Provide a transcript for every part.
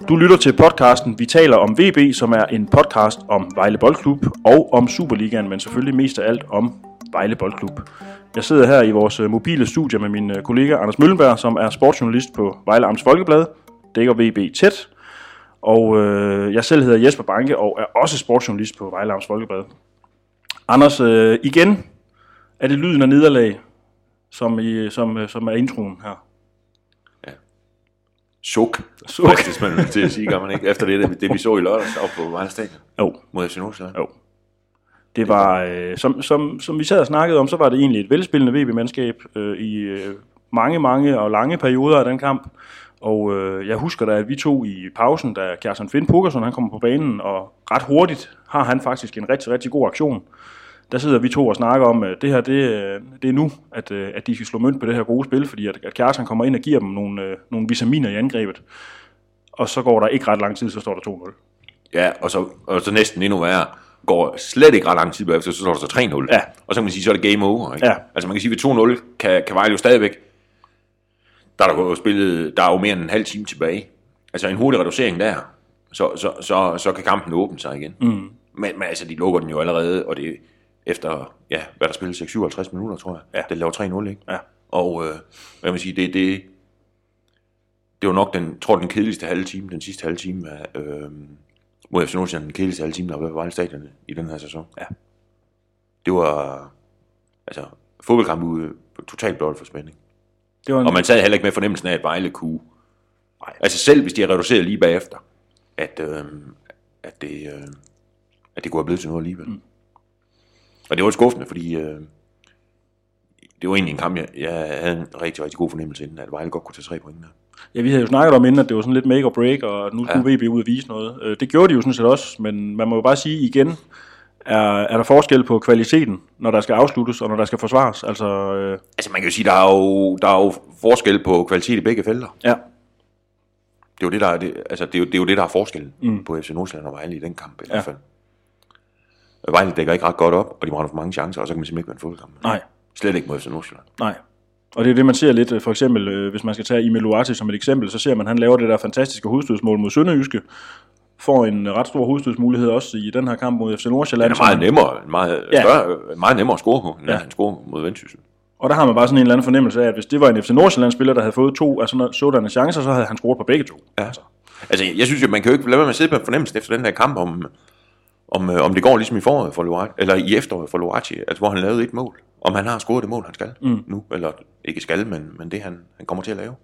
Du lytter til podcasten Vi taler om VB, som er en podcast om Vejle Boldklub og om Superligaen, men selvfølgelig mest af alt om Vejle Boldklub. Jeg sidder her i vores mobile studie med min kollega Anders Møllenberg, som er sportsjournalist på Vejle Amts Folkeblad, dækker VB tæt. Og jeg selv hedder Jesper Banke og er også sportsjournalist på Vejle Amts Folkeblad. Anders, igen er det lyden af nederlag, som er introen her. Suk. Fristes man til at sige, gør man ikke? Efter det vi så i lørdags op på Vejle Stadion. Jo. Mod FC Nordsjælland. Jo. Det var, som vi sad og snakkede om, så var det egentlig et velspillende VB-mandskab i mange og lange perioder af den kamp. Og jeg husker da, at vi to i pausen, da Kjartan Finn Pukkersson han kommer på banen, og ret hurtigt har han faktisk en rigtig god aktion. Der sidder vi to og snakker om, at det her, det er nu, at de skal slå mønt på det her gode spil, fordi at Kjartan kommer ind og giver dem nogle vitaminer i angrebet. Og så går der ikke ret lang tid, så står der 2-0. Ja, og så næsten endnu værre, går slet ikke ret lang tid efter, så står der så 3-0. Ja. Og så kan man sige, så er det game over. Ikke? Ja. Altså man kan sige, ved 2-0 kan Vejle jo stadigvæk, der er jo mere end en halv time tilbage. Altså en hurtig reducering der, så kan kampen åbne sig igen. Mm. Men altså, de lukker den jo allerede, og det efter, hvad der spilles 57 minutter, tror jeg. Ja. Det laver 3-0, ikke? Ja. Og jeg vil sige, det var nok den kedeligste halve time, den sidste halve time mod FC Nordsjælland, den kedeligste halve time, der har været på Vejle Stadion i den her sæson. Ja. Det var, altså, fodboldkamp ude totalt blot for spænding. Og man sad heller ikke med fornemmelsen af, at Vejle kunne, altså selv hvis de har reduceret lige bagefter, at det kunne have blevet til noget alligevel. Mm. Og det var skuffende, fordi det var egentlig en kamp, jeg havde en rigtig god fornemmelse inden, at Vejle godt kunne tage 3 point der. Ja, vi havde jo snakket om inden, at det var sådan lidt make or break, og nu skulle VB ud og vise noget. Det gjorde de jo sådan set også, men man må jo bare sige igen, er der forskel på kvaliteten, når der skal afsluttes og når der skal forsvares? Altså man kan jo sige, der er jo forskel på kvalitet i begge felter. Ja. Det er jo det, det er jo det, der er forskellen på FC Nordsjælland og Vejle i den kamp i hvert fald. Vejle dækker ikke ret godt op, og de brænder for mange chancer, og så kan man simpelthen ikke være en fodboldkamp. Nej. Slet ikke mod FC Nordsjælland. Nej. Og det er det, man ser lidt, for eksempel, hvis man skal tage Emil Luati som et eksempel, så ser man, at han laver det der fantastiske hovedstødsmål mod Sønderjyske, får en ret stor hovedstødsmulighed også i den her kamp mod FC Nordsjælland. Det er meget nemmere at score på, end han scorer mod Vendsyssel. Og der har man bare sådan en eller anden fornemmelse af, at hvis det var en FC Nordsjælland-spiller, der havde fået 2 af sådanne chancer, så havde han scoret på begge 2. Ja. Altså, jeg synes jo, man kan jo ikke lade være med at sidde på fornemmelsen efter den her kamp, om det går ligesom i foråret for Luati, eller i efteråret for Luati, altså hvor han lavede et mål. Om han har scoret det mål, han skal nu, eller ikke skal, men det han kommer til at lave.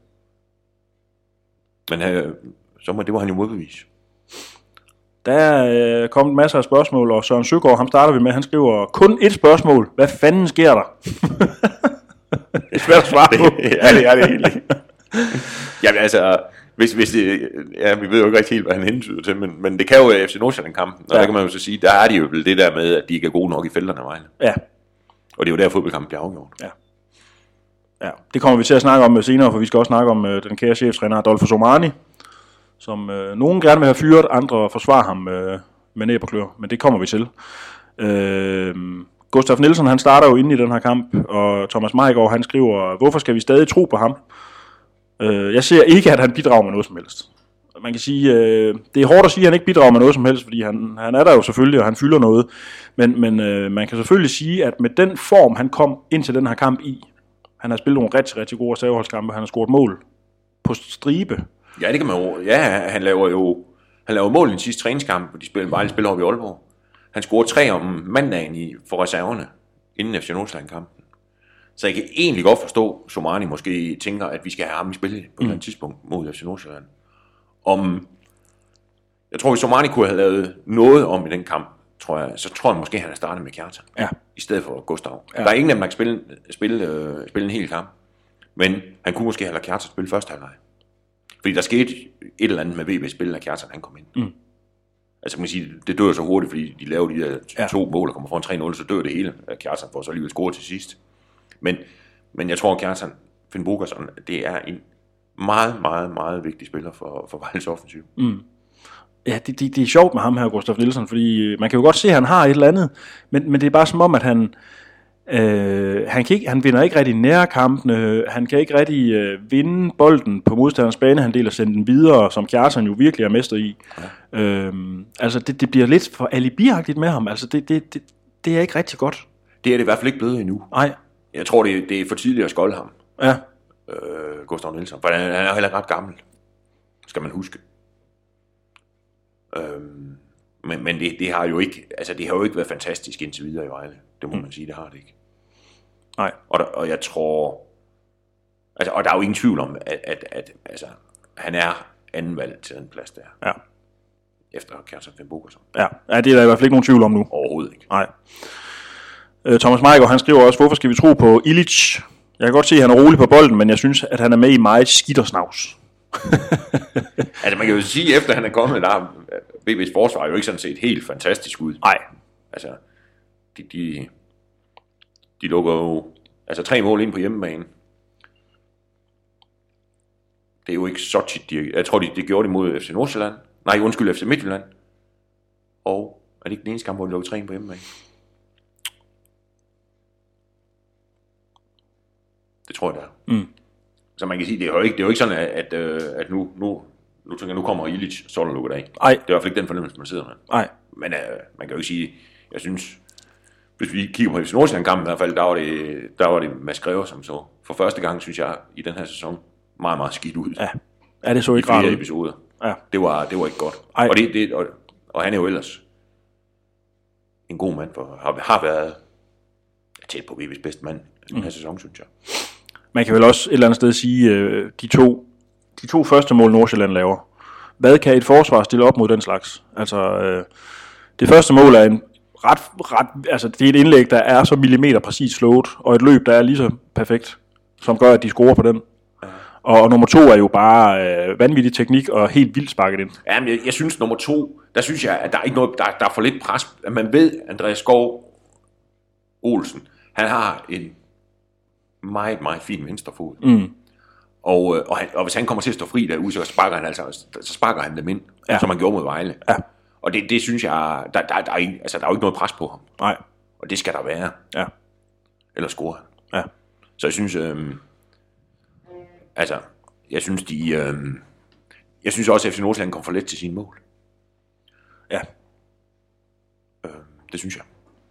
Men det var han jo modbevis. Der er kommet masser af spørgsmål, og Søren Søgaard, ham starter vi med, han skriver kun et spørgsmål. Hvad fanden sker der? Det er svært at svare på. Ja, det er det egentlig. Jamen altså, hvis det, vi ved jo ikke rigtig helt, hvad han hentyder til, men det kan jo være FC Nordsjælland-kampen, og der kan man jo så sige, der er de jo det der med, at de ikke er gode nok i felterne af Vejle. Ja. Og det er jo der, fodboldkampen bliver afgjort. Ja, det kommer vi til at snakke om senere, for vi skal også snakke om den kære cheftræner Adolfo Somani, som nogen gerne vil have fyret, andre forsvarer ham med næb og klør, men det kommer vi til. Gustaf Nielsen, han starter jo inde i den her kamp, og Thomas Mejgaard, han skriver, hvorfor skal vi stadig tro på ham? Jeg ser ikke, at han bidrager med noget som helst. Man kan sige, det er hårdt at sige, at han ikke bidrager med noget som helst, fordi han er der jo selvfølgelig, og han fylder noget. Men man kan selvfølgelig sige, at med den form, han kom ind til den her kamp i, han har spillet nogle rigtig gode reserveholdskampe, han har scoret mål på stribe. Ja, det kan man jo. Ja, han laver mål i den sidste træningskamp, hvor Vejle spiller oppe i Aalborg. Han scorede 3 om mandagen for reserverne, inden FC Nordsjælland-kampen. Så jeg kan egentlig godt forstå, at Somani måske tænker, at vi skal have ham i spil på et eller andet tidspunkt mod FC Nordsjælland. Jeg tror, hvis Somani kunne have lavet noget om i den kamp, så tror jeg måske, han har startet med Kjartan. Ja. I stedet for Gustav. Ja. Der er ingen af dem, der kan spille en hel kamp. Men han kunne måske have ladet Kjartan spille første halvleg. Fordi der skete et eller andet med VB-spillet, af Kjartan han kom ind. Mm. Altså man kan sige, det dør så hurtigt, fordi de laver de der 2 mål, og kommer foran 3-0, så dør det hele. Kjartan får så alligevel score til sidst. Men jeg tror, at Kjartan Finn Pukkersson, det er en meget vigtig spiller for Vejles offensiv. Mm. Ja, det er sjovt med ham her, Gustaf Nielsen, fordi man kan jo godt se, at han har et eller andet, men det er bare som om, at Han vinder ikke rigtig nærkampene, han kan ikke rigtig vinde bolden på modstanderens banehandel og sende den videre, som Kjartan jo virkelig er mester i. Ja. Altså det bliver lidt for alibiagtigt med ham, altså det er ikke rigtig godt. Det er det i hvert fald ikke blevet endnu. Nej. Jeg tror, det er for tidligt at skolde ham. Ja. Gustav Nielsen, for han er heller ret gammel, skal man huske. Men det har jo ikke, altså det har jo ikke været fantastisk indtil videre i Vejle. Det må man sige, det har det ikke. Nej. Og jeg tror, altså, og der er jo ingen tvivl om, at altså, han er anden valg til den plads der. Ja. Efter Kjartan Finn Bogerson. Ja, det er der i hvert fald ikke nogen tvivl om nu. Overhovedet ikke. Nej. Thomas Meiggaard, han skriver også, hvorfor skal vi tro på Illich? Jeg kan godt se, at han er rolig på bolden, men jeg synes, at han er med i meget skidt og snavs. Altså man kan jo sige, efter han er kommet, der BB's forsvar jo ikke sådan set helt fantastisk ud. Nej. Altså, de lukker jo altså 3 mål ind på hjemmebane. Det er jo ikke så tit. Jeg tror, de gjorde det mod FC Nordsjælland. Nej, undskyld, FC Midtjylland. Og er det ikke den eneste kamp, hvor de lukker 3 ind på hjemmebane? Det tror jeg, der er. Så man kan sige, det er jo ikke sådan, at nu tænker jeg, nu kommer Illich, så er der lukket af. Nej. Det er i hvert fald ikke den fornemmelse, man sidder med. Nej. Men man kan jo ikke sige, jeg synes, hvis vi kigger på FC Nordsjælland-kampen i hvert fald, der var det Mads Greve, som så for første gang, synes jeg, i den her sæson, meget, meget skidt ud. Ja, det så ikke rart ud. Episoder. Ja. Det var ikke godt. Og han er jo ellers en god mand, for har været tæt på BB's bedste mand i den her sæson, synes jeg. Man kan vel også et eller andet sted sige, de to første mål Nordsjælland laver. Hvad kan et forsvar stille op mod den slags? Altså, det første mål er en altså det er et indlæg, der er så millimeter præcis slået, og et løb, der er lige så perfekt, som gør, at de scorer på den. Og nummer 2 er jo bare vanvittig teknik og helt vildt sparket ind. Ja, men jeg synes nummer 2, der synes jeg, at der er ikke noget, der er for lidt pres. At man ved, Andreas Skov Olsen, han har en meget, meget fin venstrefod. Og hvis han kommer til at stå fri derude, så sparker han dem ind, som han gjorde mod Vejle. Ja. Og det synes jeg, der er jo ikke noget pres på ham. Nej. Og det skal der være. Ja. Eller score. Ja. Så jeg synes, jeg synes også, at FC Nordsjælland kom for let til sine mål. Ja. Det synes jeg.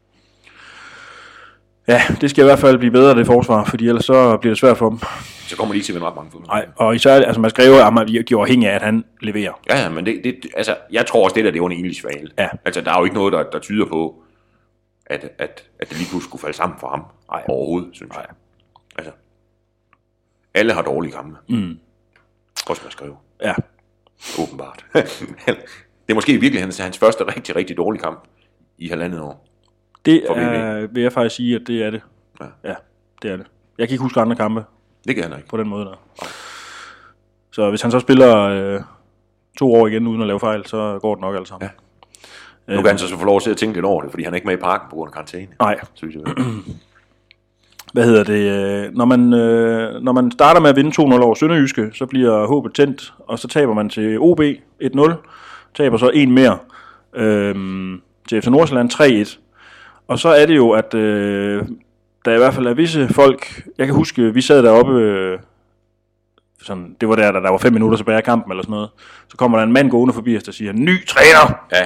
Ja, det skal i hvert fald blive bedre, det forsvar, fordi ellers så bliver det svært for dem. Så kommer de ikke til at vinde ret mange fodbold. Nej, og især, altså man skrev, at de er afhængige af, at han leverer. Ja, men altså, jeg tror også, det er en egentlig svale. Ja. Altså, der er jo ikke noget, der tyder på, at det lige pludselig skulle falde sammen for ham. Nej. Overhovedet, synes jeg. Altså, alle har dårlige kampe. Også man skriver. Ja. Åbenbart. Det er måske i virkeligheden hans første rigtig, rigtig dårlige kamp i 1,5 år. Det vil jeg faktisk sige, at det er det. Ja, det er det. Jeg kan ikke huske andre kampe. Det kan han ikke. På den måde der. Nej. Så hvis han så spiller 2 år igen uden at lave fejl, så går det nok alt sammen. Ja. Nu kan han så få lov til at tænke lidt over det, fordi han er ikke med i parken på grund af karantæne. Nej. Synes jeg. Hvad hedder det? Når man starter med at vinde 2-0 over Sønderjyske, så bliver håbet tændt, og så taber man til OB 1-0. Taber så en mere til FC Nordsjælland 3-1. Og så er det jo, at der i hvert fald er visse folk, jeg kan huske, vi sad deroppe, sådan, det var der var 5 minutter tilbage af kampen eller sådan noget, så kommer der en mand gående forbi os, der siger, ny træner! Ja.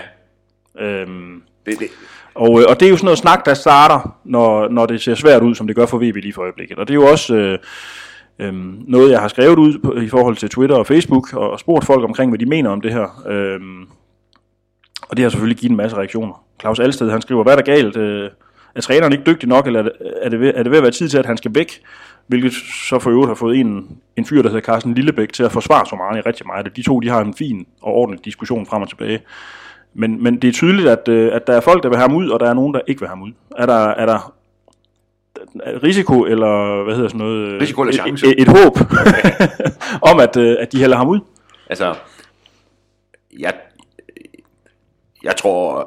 Og det er jo sådan noget snak, der starter, når det ser svært ud, som det gør for VB lige for øjeblikket. Og det er jo også noget, jeg har skrevet ud i forhold til Twitter og Facebook, og spurgt folk omkring, hvad de mener om det her. Og det har selvfølgelig givet en masse reaktioner. Claus Alsted, han skriver, hvad er der galt? Er træneren ikke dygtig nok, eller er det ved at være tid til, at han skal væk? Hvilket så for øvrigt har fået en fyr, der hedder Carsten Lillebæk, til at forsvare Somani rigtig meget. De to, de har en fin og ordentlig diskussion frem og tilbage. Men det er tydeligt, at der er folk, der vil have ham ud, og der er nogen, der ikke vil have ham ud. Er der risiko, eller hvad hedder sådan noget? Risiko eller chance. Et håb om, at de hælder ham ud? Altså, jeg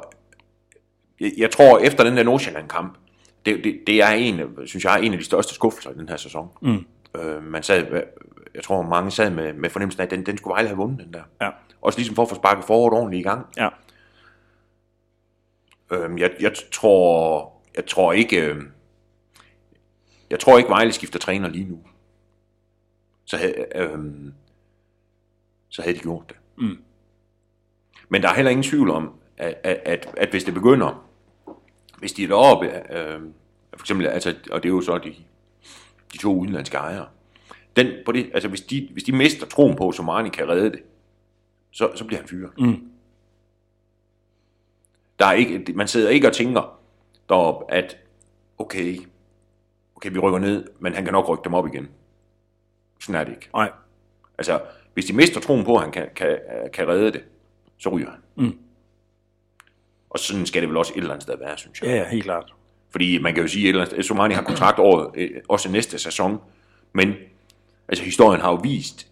tror efter den der Nordsjælland-kamp, det er synes jeg, en af de største skuffelser i den her sæson. Man sad, jeg tror mange sad med fornemmelsen af, at den skulle Vejle have vundet, den der. Ja. Også ligesom for at få sparket forward ordentligt i gang. Ja. Jeg tror ikke, Jeg tror ikke, Vejle skifter træner lige nu. Så havde de gjort det. Mm. Men der er heller ingen tvivl om, at hvis det begynder, hvis de er deroppe, for eksempel, altså, og det er jo så de 2 udenlandske ejere, altså hvis de mister troen på, at Somani kan redde det, så bliver han fyret. Mm. Der er ikke, man sidder ikke og tænker deroppe, at okay, vi rykker ned, men han kan nok rykke dem op igen. Sådan er det ikke. Nej. Altså, hvis de mister troen på, at han kan redde det, så ryger han. Mm. Og sådan skal det vel også et eller andet sted være, synes jeg. Ja, helt klart. Fordi man kan jo sige, at Somani har kontrakt over også næste sæson, men altså historien har jo vist,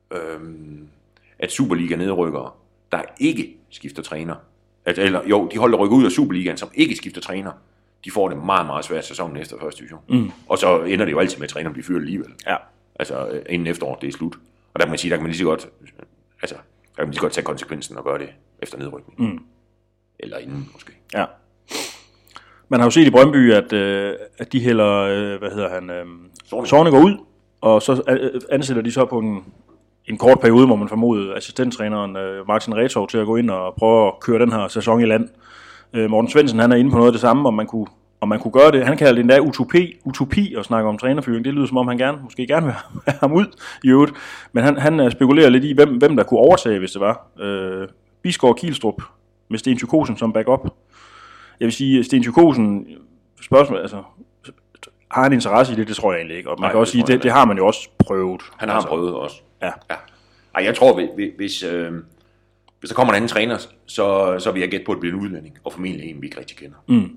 at Superliga-nedrykkere, der ikke skifter træner, de hold, der rykker ud af Superligaen, som ikke skifter træner, de får det meget, meget svært sæsonen efter første division. Mm. Og så ender det jo altid med, at træneren bliver fyret alligevel. Ja. Altså inden efteråret, det er slut. Og der kan man sige, der kan man lige så godt tage konsekvensen og gøre det efter nedrykning. Mm. Eller inden måske. Ja. Man har jo set i Brøndby, at de hælder, Sorne går ud, og så ansætter de så på en kort periode, hvor man formoder assistenttræneren Martin Retov til at gå ind og prøve at køre den her sæson i land. Morten Svendsen, han er inde på noget af det samme, om man kunne gøre det. Han kalder det endda utopi og snakke om trænerfyring. Det lyder som om, han måske gerne vil have ham ud i øvrigt. Men han spekulerer lidt i, hvem der kunne overtage, hvis det var. Bisgaard Kielstrup med Sten Thykosen som backup. Jeg vil sige, Sten Thykosen, spørgsmål, altså, har han interesse i det? Det tror jeg egentlig ikke. Og man kan også sige, det har man jo også prøvet. Han har prøvet også. Ja. Ej, jeg tror, hvis der kommer en anden træner, så vil jeg gætte på, at det bliver en udlænding, og formentlig en, vi ikke rigtig kender. Mm.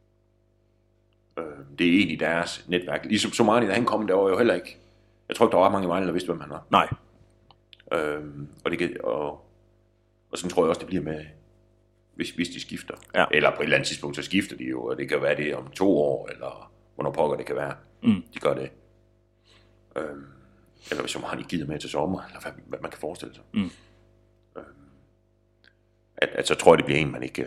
Det er en i deres netværk. Ligesom Somani, da han kom, der var jo heller ikke. Jeg tror ikke, der var mange i Vejle, der vidste, hvem han var. Nej. Og sådan tror jeg også, det bliver med, hvis de skifter. Ja. Eller på et eller andet tidspunkt, så skifter de jo, og det kan være det om 2 år, eller hvornår pokker det kan være. Mm. De gør det. Eller hvis Somani gider med til sommer, eller hvad man kan forestille sig. Mm. At så tror jeg, det bliver en, man ikke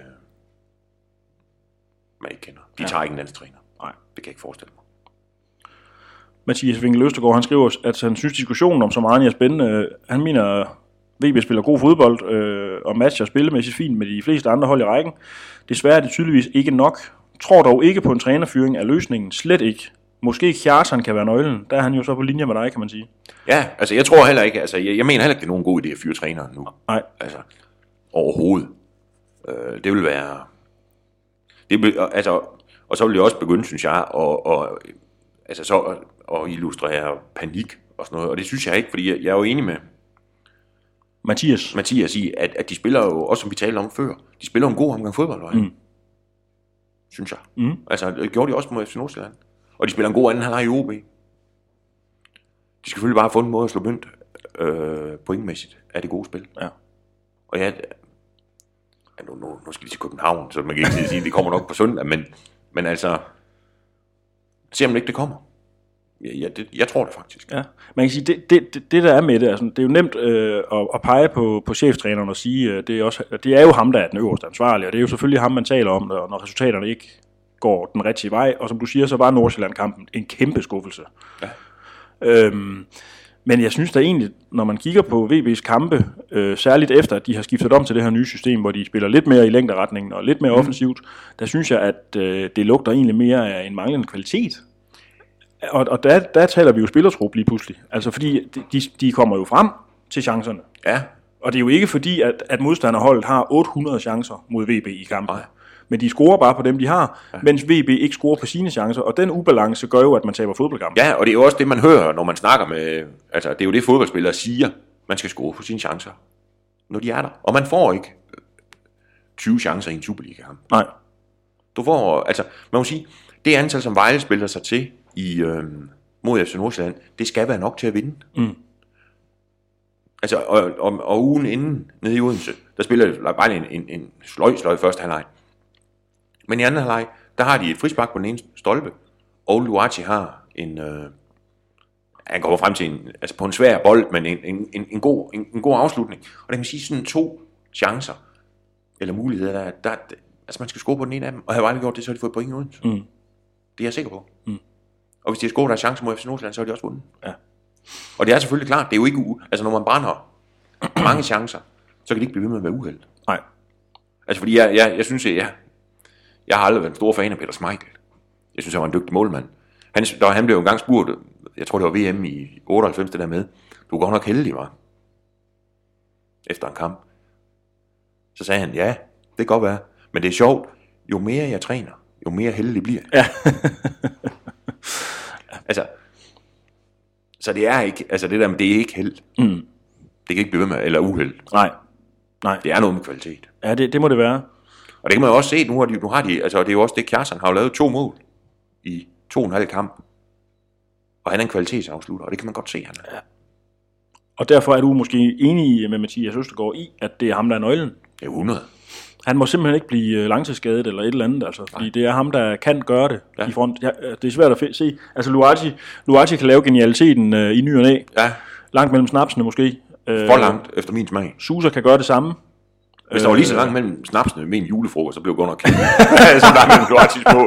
kender. De tager ikke en anden træner. Nej. Det kan jeg ikke forestille mig. Mathias Winkel Østergaard, han skriver, at han synes, diskussionen om Somani er spændende. Han mener, at VB spiller god fodbold og matcher spillemæssigt fint med de fleste andre hold i rækken. Desværre er det tydeligvis ikke nok. Tror dog ikke på en trænerfyring af løsningen. Slet ikke. Måske Kjartan kan være nøglen. Der er han jo så på linje med dig, kan man sige. Ja, altså jeg tror heller ikke, altså jeg mener heller ikke, det er nogen god idé at fyre træneren nu. Nej. Altså overhovedet. Det vil være... og så vil det også begynde, synes jeg, at illustrere panik og sådan noget. Og det synes jeg ikke, fordi jeg er jo enig med Mathias i, at de spiller jo, også som vi talte om før, de spiller en god omgang fodbold, synes jeg. Mm. Altså, det gjorde de også mod FC Nordsjælland. Og de spiller en god anden halvleg i OB. De skal selvfølgelig bare få en måde at slå mønt pointmæssigt af det gode spil. Ja. Og nu skal de til København, så man kan ikke sige, at det kommer nok på søndag, men altså, se om ikke det kommer. Jeg tror det faktisk. Ja. Man kan sige, det der er med det, altså, det er jo nemt at pege på cheftræneren og sige, det er jo ham, der er den øverste ansvarlige, og det er jo selvfølgelig ham, man taler om, når resultaterne ikke går den rigtige vej, og som du siger, så var Nordsjælland-kampen en kæmpe skuffelse. Ja. Men jeg synes da egentlig, når man kigger på VB's kampe, særligt efter, at de har skiftet om til det her nye system, hvor de spiller lidt mere i længderetningen og lidt mere offensivt, der synes jeg, at det lugter egentlig mere af en manglende kvalitet. Og der taler vi jo spillertrup lige pludselig. Altså fordi de kommer jo frem til chancerne. Ja. Og det er jo ikke fordi, at modstanderholdet har 800 chancer mod VB i kampen. Nej. Men de scorer bare på dem, de har, mens VB ikke scorer på sine chancer. Og den ubalance gør jo, at man taber fodboldkampen. Ja, og det er jo også det, man hører, når man snakker med... Altså, det er jo det, fodboldspillere siger. Man skal score på sine chancer, når de er der. Og man får ikke 20 chancer i en Superliga-kamp. Nej. Du får... Altså, man må sige, det antal, som Vejle spiller sig til mod FC Nordsjælland, det skal være nok til at vinde. Mm. Altså, og ugen inden, nede i Odense, der spiller bare en sløj første halvleg. Men i anden halvleg, der har de et frispark på den ene stolpe, og Luachi har han kommer frem til på en svær bold, men en god afslutning. Og det kan sige sådan 2 chancer, eller muligheder, der altså man skal score på den ene af dem, og havde Vejle gjort det, så har de fået point i Odense. Mm. Det er jeg sikker på. Mm. Og hvis de har scoret deres chance mod FC Nordsjælland, så har de også vundet. Ja. Og det er selvfølgelig klart, det er jo ikke altså når man brænder mange chancer, så kan de ikke blive ved med at være uheld. Nej. Altså fordi jeg synes, jeg har aldrig været en stor fan af Peter Schmeichel. Jeg synes, han var en dygtig målmand. Han blev jo engang spurgt, jeg tror det var VM i 98, det der med, du er godt nok heldig, var. Efter en kamp. Så sagde han, ja, det kan godt være. Men det er sjovt, jo mere jeg træner, jo mere heldig bliver jeg. Ja. Altså, så det er ikke, altså det der med, det er ikke held. Det kan ikke blive ved med, eller uheld. Nej. Det er noget med kvalitet. Ja, det må det være. Og det kan man jo også se, nu har de, altså det er jo også det, Kjartan har jo lavet 2 mål i 2,5 kamp. Og han er en kvalitetsafslutter, og det kan man godt se, han er. Ja. Og derfor er du måske enig med Mathias Østergaard i, at det er ham, der er nøglen? Det er 100. Han må simpelthen ikke blive langtidsskadet eller et eller andet, altså, fordi det er ham, der kan gøre det i front. Ja, det er svært at se. Altså, Luati kan lave genialiteten i ny og næ. Ja. Langt mellem snapsene måske. For langt, efter min smag. Sousa kan gøre det samme. Hvis der var lige så langt mellem snapsene med en julefrokost, så blev Gunnar kendt. Så der er mellem Luatis mål.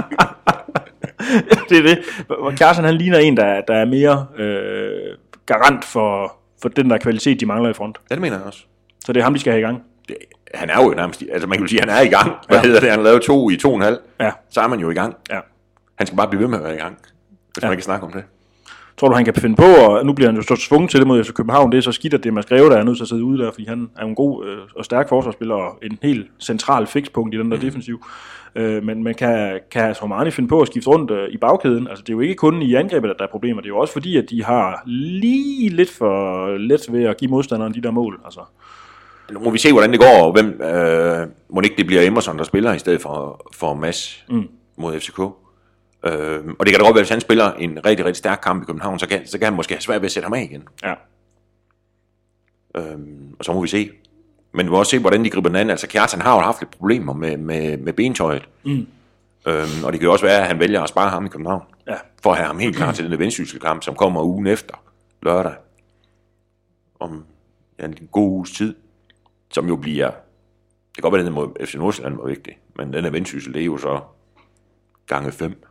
Det er det. Kjartan, han ligner en, der er mere garant for den der kvalitet, de mangler i front. Ja, det mener jeg også. Så det er ham, de skal have i gang. Han er jo nærmest, altså man kan jo sige, at han er i gang. Hvad hedder det? Han lavede 2 i 2,5. Ja. Så er man jo i gang. Ja. Han skal bare blive ved med at være i gang, hvis man kan snakke om det. Tror du, han kan finde på, og nu bliver han jo så tvunget til det mod FC København, det er så skidt, at det er Mads Greve, der er nødt til at sidde ude der, fordi han er en god og stærk forsvarsspiller, og en helt central fikspunkt i den der defensiv. Men kan Somani finde på at skifte rundt i bagkæden? Altså, det er jo ikke kun i angrebet, at der er problemer, det er jo også fordi, at de har lige lidt for let ved at give modstanderen de der mål. Altså. Nu må vi se, hvordan det går, og hvem må ikke det bliver Emerson, der spiller i stedet for Mads mod FCK. Og det kan da godt være, hvis han spiller en rigtig, rigtig stærk kamp i København, så kan han måske have svært ved at sætte ham af igen. Ja. Og så må vi se. Men vi må også se, hvordan de griber den anden. Altså Kjartan har jo haft lidt problemer med bentøjet. Og det kan jo også være, at han vælger at spare ham i København. Ja. For at have ham helt klar til den Vendsyssel-kamp, som kommer ugen efter lørdag. Om en god uges tid. Som jo bliver... Det kan godt være, at den mod FC Nordsjælland var vigtig. Men den Vendsyssel, det er jo så gange 5.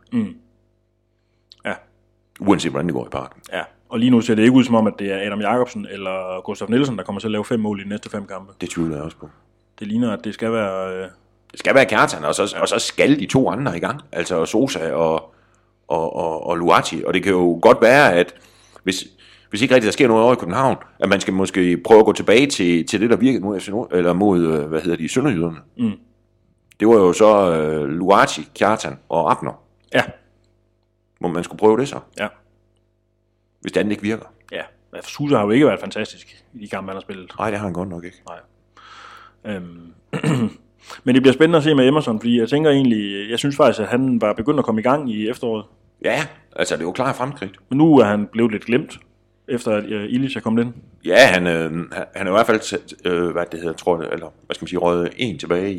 Ja. Uanset hvordan det går i parken. Ja. Og lige nu ser det ikke ud som om, at det er Adam Jacobsen eller Gustav Nielsen, der kommer til at lave 5 mål i de næste 5 kampe. Det tvivler jeg også på. Det ligner, at det skal være... Det skal være Kjartan, og så skal de 2 andre i gang. Altså Sosa og Luati. Og det kan jo godt være, at hvis ikke rigtig der sker noget over i København, at man skal måske prøve at gå tilbage til det, der virkede mod FC Nord, eller mod, Sønderjyderne. Det var jo så Luati, Kjartan og Abner. Ja. Må man skulle prøve det så? Ja. Hvis det andet ikke virker. Ja, Sousa har jo ikke været fantastisk i de kampe, han har spillet. Nej, det har han godt nok ikke. Nej. Men det bliver spændende at se med Emerson, fordi jeg tænker egentlig, jeg synes faktisk, at han var begyndt at komme i gang i efteråret. Ja, altså det er jo klart fremskridt. Men nu er han blevet lidt glemt, efter at Illich er kommet ind. Ja, han er i hvert fald, hvad det hedder, tror jeg, eller hvad skal man sige, røget 1 tilbage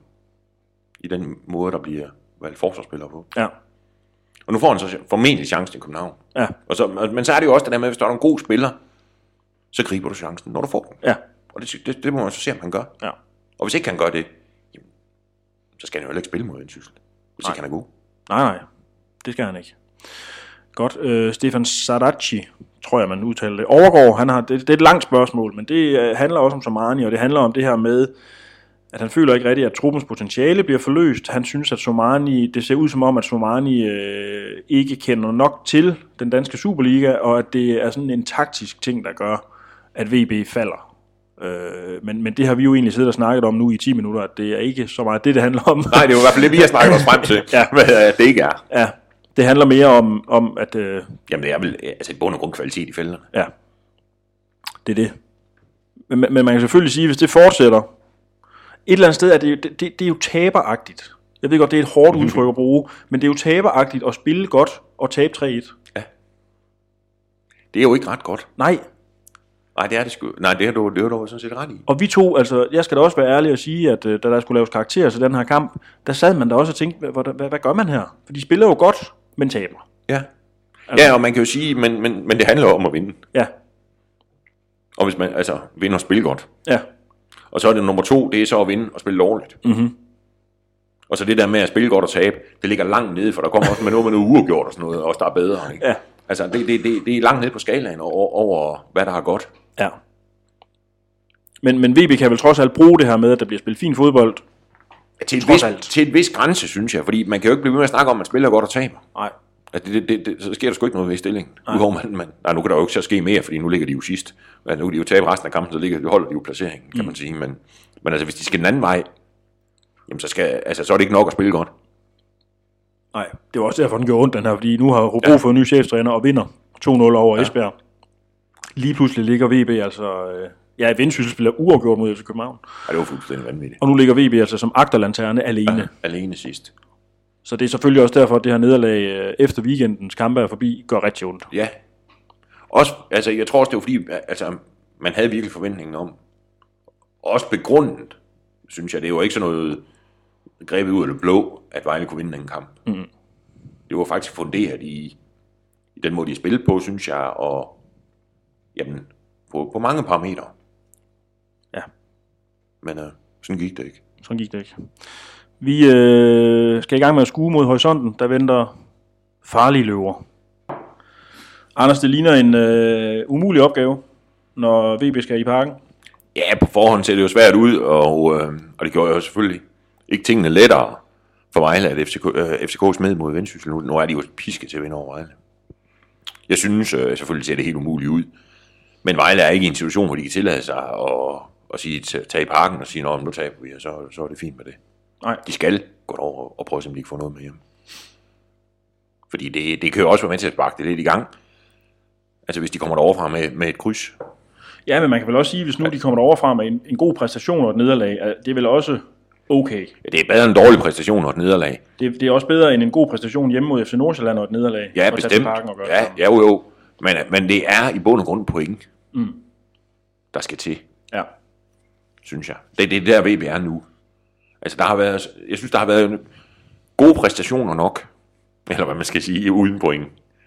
i den måde, der bliver valgt forsvarsspiller på. Ja. Og nu får han så formentlig chancen i København. Ja. Men så er det jo også det der med, hvis der er nogle gode spillere, så griber du chancen, når du får den. Ja. Og det må man så se, om han gør. Ja. Og hvis ikke han gør det, jamen, så skal han jo heller ikke spille mod Vendsyssel, hvis ikke han er god. Nej, det skal han ikke. Godt. Stefan Saracchi, tror jeg, man udtaler det. Overgaard, det er et langt spørgsmål, men det handler også om Somani, og det handler om det her med, at han føler ikke rigtigt, at truppens potentiale bliver forløst. Han synes, at Somani, det ser ud som om, at Somani ikke kender nok til den danske Superliga, og at det er sådan en taktisk ting, der gør, at VB falder. Men det har vi jo egentlig siddet og snakket om nu i 10 minutter, at det er ikke så meget det handler om. Nej, det er jo i hvert fald det, vi har snakket os frem til, ja. At det ikke er. Ja, det handler mere om at... Jamen, det er vel altså et bund og grund kvalitet i felterne. Ja, det er det. Men man kan selvfølgelig sige, hvis det fortsætter, et eller andet sted er det er jo taberagtigt. Jeg ved godt, det er et hårdt udtryk at bruge, men det er jo taberagtigt at spille godt og tabe 3-1. Ja. Det er jo ikke ret godt. Nej. Nej, det er det sgu. Nej, det har du sådan set ret i. Og vi to, altså, jeg skal da også være ærlig og sige, at da der skulle laves karakterer til den her kamp, der sad man da også og tænkte, hvad gør man her? For de spiller jo godt, men taber. Ja. Altså, ja, og man kan jo sige, men det handler jo om at vinde. Ja. Og hvis man altså vinder og spiller godt. Ja. Og så er det nummer 2, det er så at vinde og spille dårligt. Mm-hmm. Og så det der med at spille godt og tabe, det ligger langt nede, for der kommer også med noget uafgjort og sådan noget, også der er bedre. Ikke? Ja. Altså, det er langt nede på skalaen over, hvad der har godt. Ja. Men VB kan vel trods alt bruge det her med, at der bliver spillet fin fodbold. Til et vis grænse, synes jeg, fordi man kan jo ikke blive ved med at snakke om, at man spiller godt og taber. Nej. Altså, så sker der sgu ikke noget ved i stillingen. Nu kan der jo ikke så ske mere, fordi nu ligger de jo sidst. Nu kan de jo tabe resten af kampen, så holder de jo placeringen, kan man sige. Men altså, hvis de skal den anden vej, jamen, så er det ikke nok at spille godt. Nej, det var også derfor, den gjorde ondt, den her, fordi nu har Hobro fået en ny cheftræner og vinder 2-0 over Esbjerg. Lige pludselig ligger VB altså... Vendsyssel spiller uafgjort mod FC København. Ja, det var fuldstændig vanvittigt. Og nu ligger VB altså som agterlanterne alene. Ja, alene sidst. Så det er selvfølgelig også derfor, at det her nederlag efter weekendens kampe er forbi, gør rigtig ondt. Ja. Også, altså, jeg tror også, det var fordi, altså, man havde virkelig forventningen om. Også begrundet, synes jeg, det var ikke sådan noget grebet ud af det blå, at Vejle kunne vinde den kamp. Mm. Det var faktisk funderet i den måde, de spillede på, synes jeg, og jamen, på mange parametre. Ja. Men sådan gik det ikke. Sådan gik det ikke. Vi skal i gang med at skue mod horisonten. Der venter farlige løver. Anders, det ligner en umulig opgave, når VB skal i parken. Ja, på forhånd ser det jo svært ud, og det gjorde jo selvfølgelig ikke tingene lettere for Vejle, at FCK smed mod Vendsyssel. Nu er de jo piske til at vinde over Vejle. Jeg synes selvfølgelig ser det helt umuligt ud. Men Vejle er ikke i en situation, hvor de kan tillade sig at sige, tage i parken og sige, nu taber vi, og så er det fint med det. Nej. De skal gå over og prøve, om de ikke får noget med hjem. Fordi det kan jo også være med til at sparke det lidt i gang. Altså hvis de kommer deroverfra med et kryds. Ja, men man kan vel også sige, hvis nu de kommer deroverfra med en god præstation og et nederlag, det er vel også okay. Ja, det er bedre end en dårlig præstation og et nederlag. Det er også bedre end en god præstation hjemme mod FC Nordsjælland og et nederlag. Ja, bestemt. Jo. Men det er i bund og grund point, der skal til. Ja. Synes jeg. Det er der VB er nu. Altså jeg synes, der har været gode præstationer nok, eller hvad man skal sige, uden point.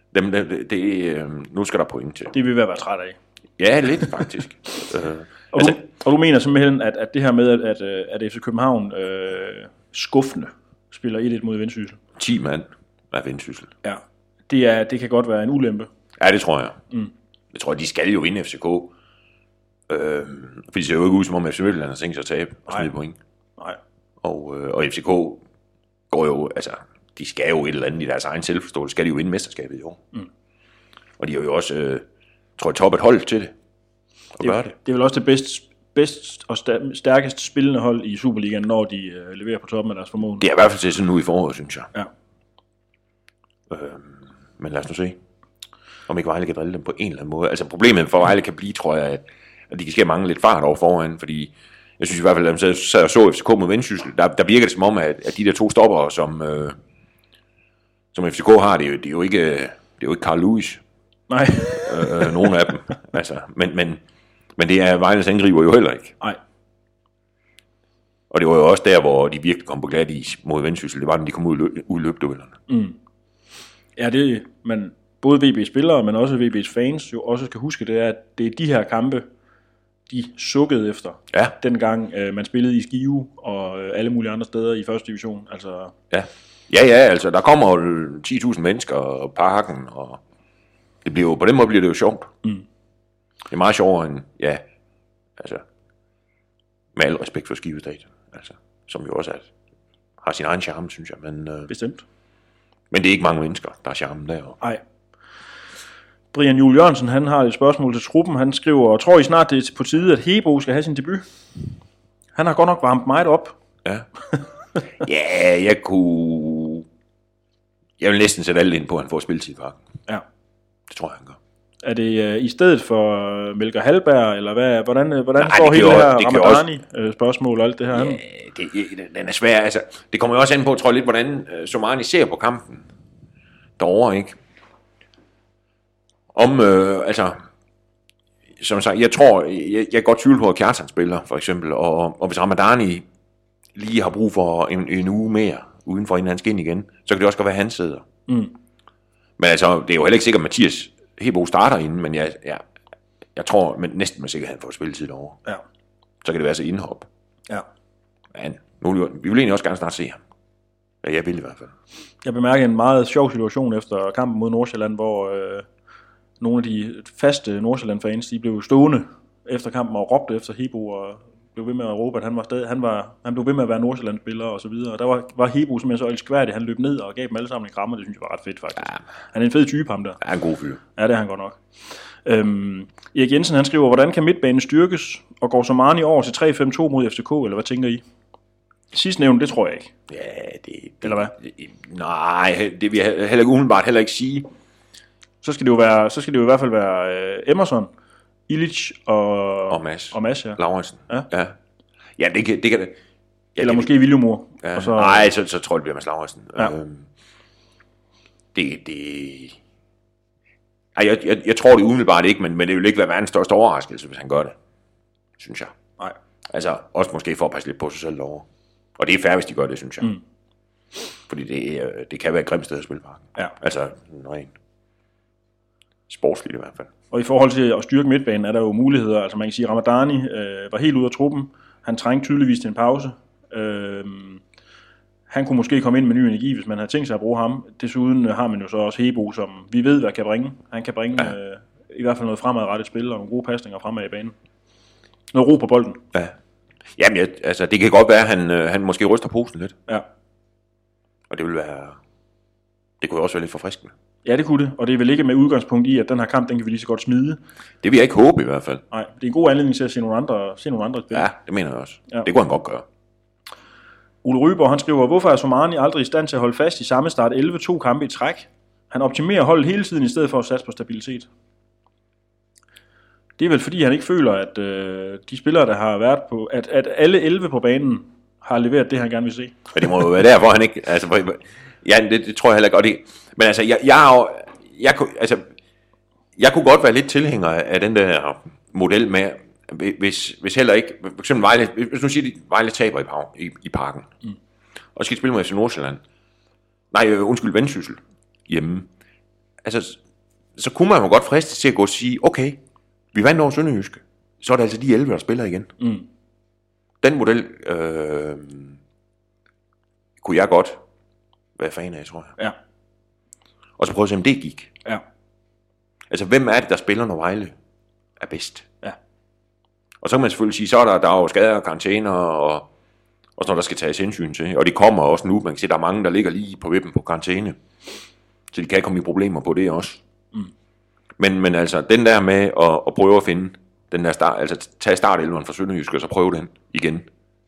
Nu skal der point til. Det vil vi være træt af. Ja, lidt faktisk. Og du mener simpelthen, at det her med, at FC København skuffende spiller 1-1 mod Vendsyssel? 10 mand af Vendsyssel. Ja, det kan godt være en ulempe. Ja, det tror jeg. Jeg tror, de skal jo vinde FCK. For de ser jo ikke ud, som om FC Midtjylland har tænkt sig at tabe og smide point. Nej. Og FCK går jo, altså, de skal jo et eller andet i deres egen selvforståelse, skal de jo vinde mesterskabet i år. Og de har jo også, tror jeg, toppet hold til det. Det er vel også det bedst og stærkest spillende hold i Superligaen, når de leverer på toppen af deres formål. Det er i hvert fald til sådan nu i foråret, synes jeg. Ja. Men lad os nu se, om ikke Vejle kan drille dem på en eller anden måde. Altså problemet for Vejle kan blive, tror jeg, at de kan ske mange lidt fart over foran, fordi jeg synes i hvert fald, at jeg så FCK mod Vendsyssel, der virker det som om, at de der to stopper, som FCK har, det er jo ikke Carl Lewis. Nej. Nogle af dem. Altså, men det er Vejles angriber jo heller ikke. Nej. Og det var jo også der, hvor de virkelig kom på glat is mod Vendsyssel. Det var, når de kom ud i løbduellerne. Ja, men både VB-spillere, men også VB's fans jo også skal huske, det er, at det er de her kampe, de sukkede efter. Ja. Dengang man spillede i Skive og alle mulige andre steder i første division. Altså... Ja, altså der kommer jo 10.000 mennesker og parken, og det bliver jo, på den måde bliver det jo sjovt. Det er meget sjovere end, altså, med al respekt for Skive Stadion, altså, som jo også har sin egen charme, synes jeg. Men, bestemt. Men det er ikke mange mennesker, der er charmen deroppe. Nej. Brian Juhl Jørgensen, han har et spørgsmål til truppen. Han skriver, tror I snart, det er på tide, at Hebo skal have sin debut? Han har godt nok varmt meget op. Ja. Ja, jeg vil næsten sætte alt ind på, at han får spilletid i parken. Ja. Det tror jeg, han gør. Er det i stedet for Melker Hallberg, eller hvad? Hvordan står hele det her Ramadani-spørgsmål og alt det her? Ja, den er svær. Altså, det kommer jo også an på, tror jeg lidt, hvordan Somani ser på kampen derovre, ikke? Altså, som sagt, jeg tror, jeg kan godt tvivle på, at Kjartan spiller, for eksempel, og hvis Ramadani lige har brug for en uge mere udenfor, inden han skal ind igen, så kan det også godt være, at han sidder. Men altså, det er jo heller ikke sikkert, at Mathias Hebo starter inden, men jeg tror næsten med sikkerhed, han får spilletid derovre. Ja. Så kan det være så indhop. Ja. Men vi vil egentlig også gerne snart se ham. Ja, jeg vil i hvert fald. Jeg bemærkede en meget sjov situation efter kampen mod Nordsjælland, hvor nogle af de faste Nordsjælland-fans, de blev stående efter kampen og råbte efter Hebo og blev ved med at råbe, at han blev ved med at være Nordsjælland-spiller og så videre. Og der var Hebo simpelthen så elskværdig, han løb ned og gav dem alle sammen en krammer. Det synes jeg var ret fedt faktisk. Ja. Han er en fed type, ham der. Ja, en god fyr. Ja, det er han godt nok. Erik Jensen, han skriver, hvordan kan midtbanen styrkes, og går Somani over til 3-5-2 mod FCK, eller hvad tænker I? Sidstnævnt, det tror jeg ikke. Ja, det eller hvad? Nej, det vil jeg heller ikke umiddelbart heller ikke sige. Så skal det jo i hvert fald være Emerson, Illich og Mads, ja. Laurensen. Ja. Ja, det kan det. Ja, eller måske Viljumur. Ja. Og så, nej, så tror jeg, det bliver Mads Laurensen. Ja. Jeg tror det umiddelbart ikke, men det vil ikke være verdens største overraskelse, hvis han gør det. Synes jeg. Nej. Altså, også måske for at passe lidt på sig selv derovre. Og det er fair, hvis de gør det, synes jeg. Mm. Fordi det kan være et grimt sted at spille parken. Ja. Altså, rent sportsligt i hvert fald. Og i forhold til at styrke midtbanen, er der jo muligheder. Altså man kan sige, at Ramadani var helt ude af truppen. Han trængte tydeligvis til en pause. Han kunne måske komme ind med ny energi, hvis man havde tænkt sig at bruge ham. Desuden har man jo så også Hebo, som vi ved, hvad kan bringe. Han kan bringe i hvert fald noget fremadrettet spil og nogle gode pasninger fremad i banen. Noget ro på bolden. Ja. Jamen, altså, det kan godt være, at han måske ryster posen lidt. Ja. Og det kunne også være lidt forfriskende. Ja, det kunne det. Og det er vel ikke med udgangspunkt i, at den her kamp, den kan vi lige så godt smide. Det vil jeg ikke håbe i hvert fald. Nej, det er en god anledning til at se nogle andre spil. Ja, det mener jeg også. Ja. Det kunne han godt gøre. Ole Ryborg, han skriver, hvorfor er Somani aldrig i stand til at holde fast i samme start 11-2 kampe i træk? Han optimerer holdet hele tiden i stedet for at satse på stabilitet. Det er vel fordi, han ikke føler, at de spillere, der har været på, at alle 11 på banen har leveret det, han gerne vil se. Ja, det må jo være derfor, han ikke... Altså, ja, det tror jeg heller ikke godt. Men altså, jeg kunne godt være lidt tilhænger af den der model med, hvis heller ikke... For eksempel Vejle, hvis nu siger de, Vejle taber i parken, og skal spille mod FC Nordsjælland. Vendsyssel hjemme. Altså, så kunne man jo godt friste til at gå og sige, okay, vi vandt over Sønderjyske, så er det altså de 11, der spiller igen. Mm. Den model kunne jeg godt være fan af, tror jeg. Ja. Og så prøve at se, om det gik. Ja. Altså, hvem er det, der spiller, når Vejle er bedst? Ja. Og så kan man selvfølgelig sige, så er der jo skader og karantæner, og sådan noget, der skal tages hensyn til. Og det kommer også nu. Man kan se, der er mange, der ligger lige på vippen på karantæne. Så de kan komme i problemer på det også. Mm. Men altså, den der med at prøve at finde den der start, altså tage startelveren fra Sønderjysk, og så prøve den igen.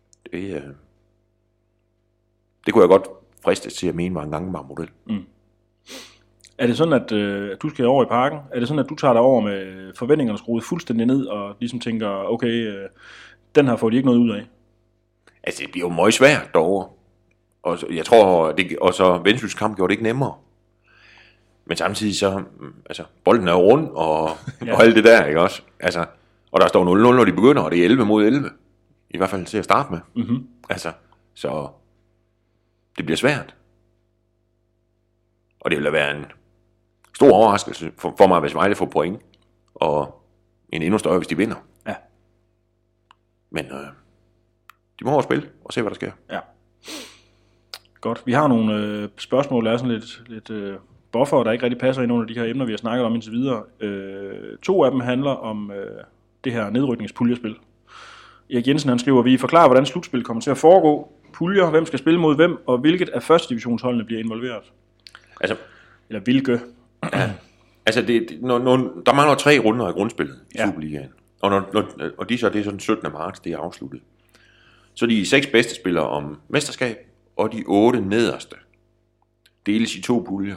Det kunne jeg godt fristes til at mene var en gangbar model. Mm. Er det sådan, at du skal over i parken? Er det sådan, at du tager dig over med forventningerne skruet fuldstændig ned, og ligesom tænker, okay, den her får de ikke noget ud af? Altså, det bliver jo meget svært derovre. Og jeg tror, og så Vendsyssels kamp gjorde det ikke nemmere. Men samtidig så, altså, bolden er rund, og alt det der, ikke også? Altså, og der står 0-0, når de begynder, og det er 11 mod 11. I hvert fald til at starte med. Mm-hmm. Altså, så det bliver svært. Og det vil da være en stor overraskelse for mig, hvis Vejle får point, og en endnu større, hvis de vinder. Ja. Men de må over spille og se, hvad der sker. Ja. Godt. Vi har nogle spørgsmål, der er sådan lidt buffer, der ikke rigtig passer i nogle af de her emner, vi har snakket om indtil videre. 2 af dem handler om det her nedrykningspuljespil. Erik Jensen, han skriver, vi forklarer, hvordan slutspil kommer til at foregå. Puljer, hvem skal spille mod hvem, og hvilket af første divisionsholdene bliver involveret? Altså, eller hvilke? Ja, altså, der mangler 3 runder af grundspillet i Superligaen. Og det er så den 17. marts, det er afsluttet. Så de 6 bedste spillere om mesterskab, og de 8 nederste deles i 2 puljer.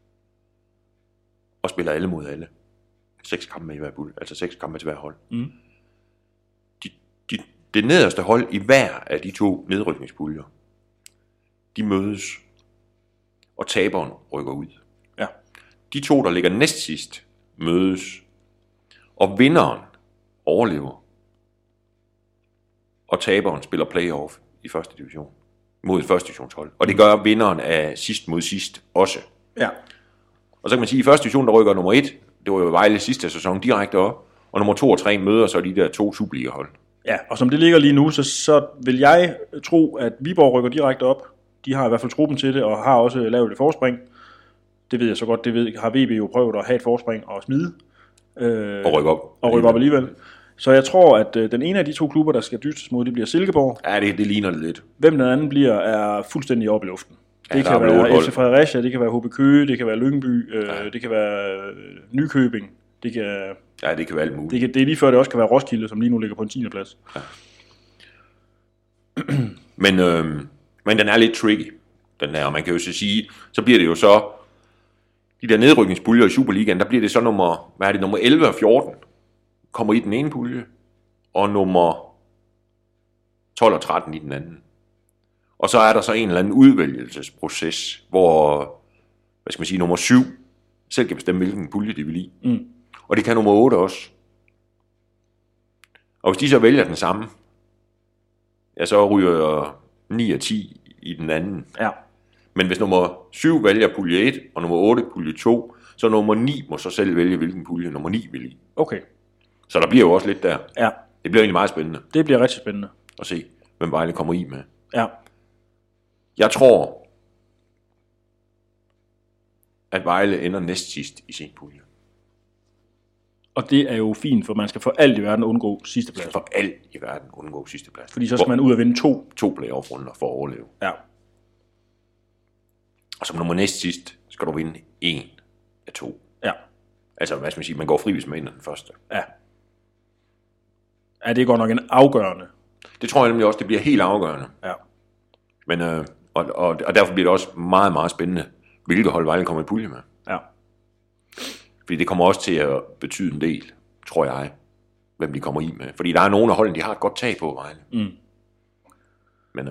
Og spiller alle mod alle. 6 kampe i hver pulje, altså 6 kampe til hver hold. Mm. Det nederste hold i hver af de 2 nedrykningspuljer, de mødes, og taberen rykker ud. Ja. De 2, der ligger næst sidst, mødes, og vinderen overlever, og taberen spiller playoff i første division, mod et første divisionshold. Og det gør vinderen af sidst mod sidst også. Ja. Og så kan man sige, at i første division, der rykker nummer 1, det var jo Vejle sidste sæson, direkte op, og nummer 2 og 3 møder så de der 2 Superliga-hold. Ja, og som det ligger lige nu, så vil jeg tro, at Viborg rykker direkte op, De har i hvert fald truppen til det, og har også lavet et forspring. Det ved jeg så godt, har VB jo prøvet at have et forspring og smide. Og rykke op. Og rykke op alligevel. Så jeg tror, at den ene af de to klubber, der skal dystes mod, det bliver Silkeborg. Ja, det ligner det lidt. Hvem den anden bliver, er fuldstændig oppe i luften. Ja, det kan være FC Fredericia, det kan være HB Køge, det kan være Lyngby, det kan være Nykøbing. Det kan være alt muligt. Det er lige før, det også kan være Roskilde, som lige nu ligger på en 10. plads. Ja. Men den er lidt tricky, den der, og man kan jo så sige, så bliver det jo så, de der nedrykningspuljer i Superligaen, der bliver det så nummer 11 og 14, kommer i den ene pulje, og nummer 12 og 13 i den anden. Og så er der så en eller anden udvælgelsesproces, hvor, nummer 7 selv kan bestemme, hvilken pulje de vil i. Mm. Og det kan nummer 8 også. Og hvis de så vælger den samme, ja, så ryger 9 og 10 i den anden. Ja. Men hvis nummer 7 vælger pulje 1, og nummer 8 pulje 2, så nummer 9 må så selv vælge, hvilken pulje nummer 9 vil i. Okay. Så der bliver jo også lidt der. Ja. Det bliver egentlig meget spændende. Det bliver rigtig spændende. At se, hvem Vejle kommer i med. Ja. Jeg tror, at Vejle ender næst sidst i sin pulje. Og det er jo fint, for man skal for alt i verden undgå sidsteplads. For alt i verden undgå sidsteplads. Fordi så skal man ud og vinde 2 playoff-runder for at overleve. Ja. Og som nummer næst sidst, skal du vinde 1 af 2. Ja. Altså, man går fri, hvis man vinder den første. Ja. Ja, det er godt nok en afgørende. Det tror jeg nemlig også, det bliver helt afgørende. Ja. Men, og derfor bliver det også meget, meget spændende, hvilke hold Vejle kommer i pulje med. Ja. Fordi det kommer også til at betyde en del, tror jeg, hvem de kommer i med. Fordi der er nogle af holdene, de har et godt tag på, Vejle. Mm. Men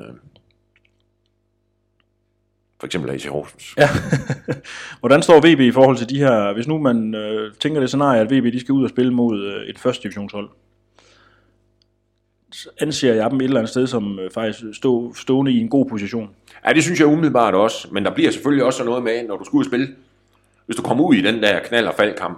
for eksempel AC Horsens. Ja. Hvordan står VB i forhold til de her, hvis nu man tænker det scenarie, at VB de skal ud og spille mod et første divisionshold, anser jeg dem et eller andet sted som faktisk stående i en god position? Ja, det synes jeg umiddelbart også, men der bliver selvfølgelig også noget med, når du skal ud og spille. Hvis du kommer ud i den der knald- og faldkamp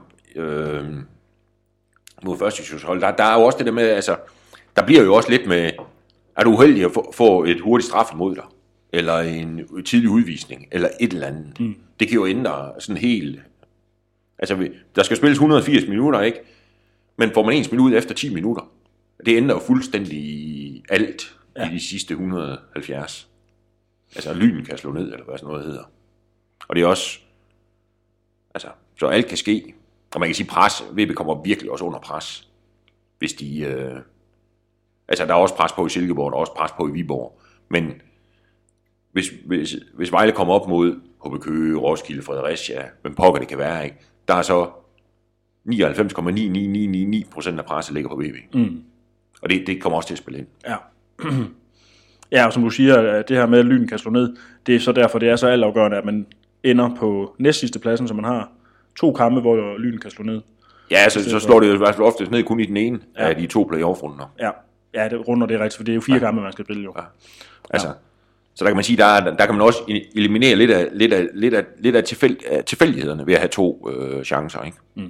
mod første divisionshold, der er jo også det der med, altså, der bliver jo også lidt med, er du uheldig at få et hurtigt straf imod dig, eller en tidlig udvisning, eller et eller andet. Mm. Det kan jo ændre sådan helt, altså, der skal spilles 180 minutter, ikke? Men får man 1 minut efter 10 minutter, det ændrer jo fuldstændig alt i de sidste 170. Altså, lyden kan slå ned, eller hvad sådan noget hedder. Og det er også, altså, så alt kan ske. Og man kan sige, pres, VB kommer virkelig også under pres, hvis de, altså, der er også pres på i Silkeborg, der er også pres på i Viborg. Men hvis Vejle kommer op mod HB Køge, Roskilde, Fredericia, hvem pokker det kan være, ikke? Der er så 99,9999% af presset ligger på VB. Mm. Og det kommer også til at spille ind. Ja. Ja, og som du siger, det her med, at lyden kan slå ned, det er så derfor, det er så altafgørende, at man ender på næstsidste pladsen, så man har 2 kampe, hvor lyden kan slå ned. Ja, så slår det jo i hvert fald ofte ned kun i den ene af de 2 playoff-runder. Ja, det runder det rigtigt, for det er jo 4 kampe, man skal spille jo. Ja. Altså, så der kan man sige, der kan man også eliminere lidt af tilfældighederne ved at have 2 chancer, ikke? Mm.